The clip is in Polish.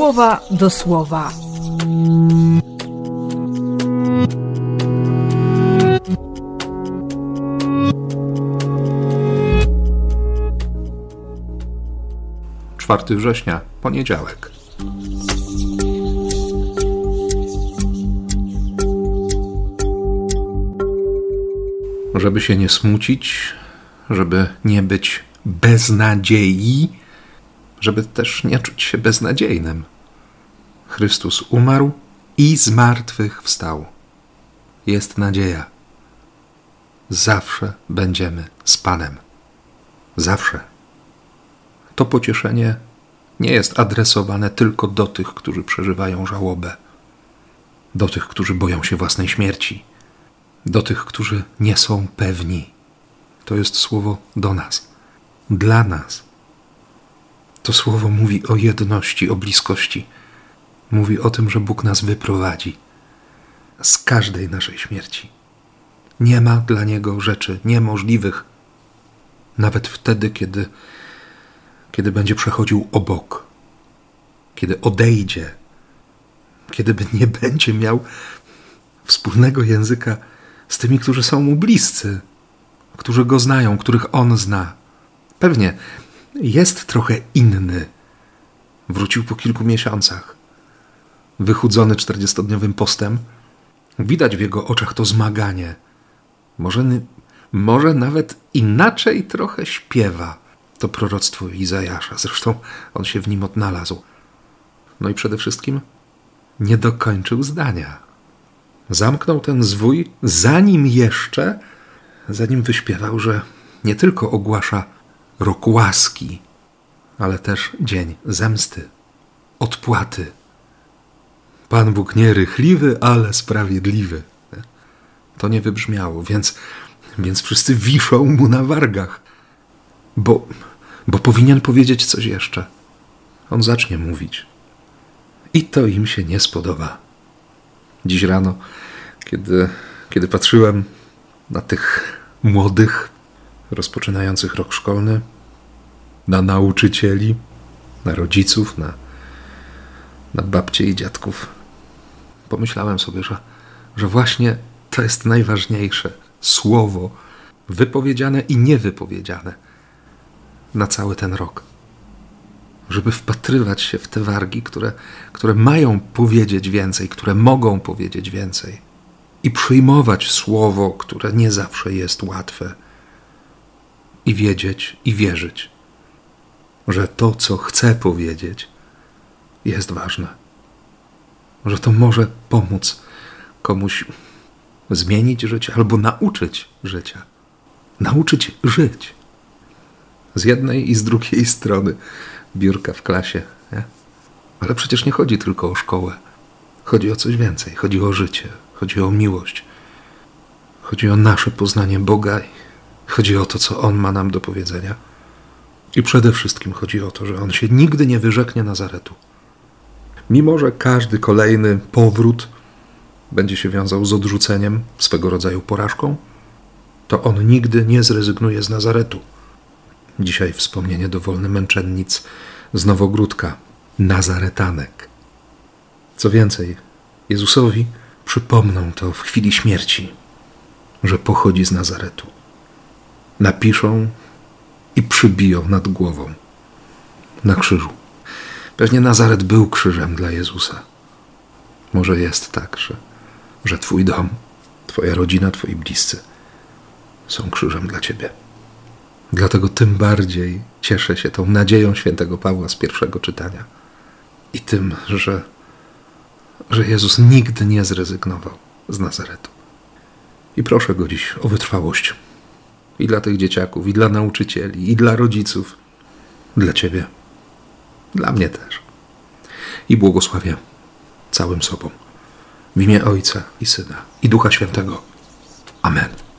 słowa do słowa. Września, poniedziałek. Żeby się nie smucić, żeby nie być bez nadziei, żeby też nie czuć się beznadziejnym. Chrystus umarł i zmartwychwstał. Jest nadzieja. Zawsze będziemy z Panem. Zawsze. To pocieszenie nie jest adresowane tylko do tych, którzy przeżywają żałobę, do tych, którzy boją się własnej śmierci, do tych, którzy nie są pewni. To jest słowo do nas, dla nas. To słowo mówi o jedności, o bliskości. Mówi o tym, że Bóg nas wyprowadzi z każdej naszej śmierci. Nie ma dla Niego rzeczy niemożliwych, nawet wtedy, kiedy będzie przechodził obok, kiedy odejdzie, kiedy nie będzie miał wspólnego języka z tymi, którzy są mu bliscy, którzy go znają, których on zna. Pewnie jest trochę inny. Wrócił po kilku miesiącach. Wychudzony 40-dniowym postem. Widać w jego oczach to zmaganie. Może nawet inaczej trochę śpiewa. To proroctwo Izajasza. Zresztą on się w nim odnalazł. No i przede wszystkim nie dokończył zdania. Zamknął ten zwój, zanim wyśpiewał, że nie tylko ogłasza rok łaski, ale też dzień zemsty, odpłaty. Pan Bóg nie rychliwy, ale sprawiedliwy. To nie wybrzmiało, więc wszyscy wiszą mu na wargach. Bo powinien powiedzieć coś jeszcze. On zacznie mówić. I to im się nie spodoba. Dziś rano, kiedy patrzyłem na tych młodych, rozpoczynających rok szkolny, na nauczycieli, na rodziców, na babcie i dziadków, pomyślałem sobie, że właśnie to jest najważniejsze słowo wypowiedziane i niewypowiedziane na cały ten rok. Żeby wpatrywać się w te wargi, które mają powiedzieć więcej, które mogą powiedzieć więcej i przyjmować słowo, które nie zawsze jest łatwe i wiedzieć i wierzyć, że to, co chce powiedzieć, jest ważne. Że to może pomóc komuś zmienić życie albo nauczyć życia. Nauczyć żyć. Z jednej i z drugiej strony biurka w klasie. Nie? Ale przecież nie chodzi tylko o szkołę. Chodzi o coś więcej. Chodzi o życie. Chodzi o miłość. Chodzi o nasze poznanie Boga. Chodzi o to, co On ma nam do powiedzenia. I przede wszystkim chodzi o to, że On się nigdy nie wyrzeknie Nazaretu. Mimo że każdy kolejny powrót będzie się wiązał z odrzuceniem, swego rodzaju porażką, to On nigdy nie zrezygnuje z Nazaretu. Dzisiaj wspomnienie dowolny męczennic z Nowogródka, Nazaretanek. Co więcej, Jezusowi przypomną to w chwili śmierci, że pochodzi z Nazaretu. Napiszą i przybiją nad głową na krzyżu. Pewnie Nazaret był krzyżem dla Jezusa. Może jest tak, że Twój dom, Twoja rodzina, Twoi bliscy są krzyżem dla Ciebie. Dlatego tym bardziej cieszę się tą nadzieją świętego Pawła z pierwszego czytania i tym, że Jezus nigdy nie zrezygnował z Nazaretu. I proszę Go dziś o wytrwałość i dla tych dzieciaków, i dla nauczycieli, i dla rodziców, dla Ciebie, dla mnie też. I błogosławię całym sobą w imię Ojca i Syna i Ducha Świętego. Amen.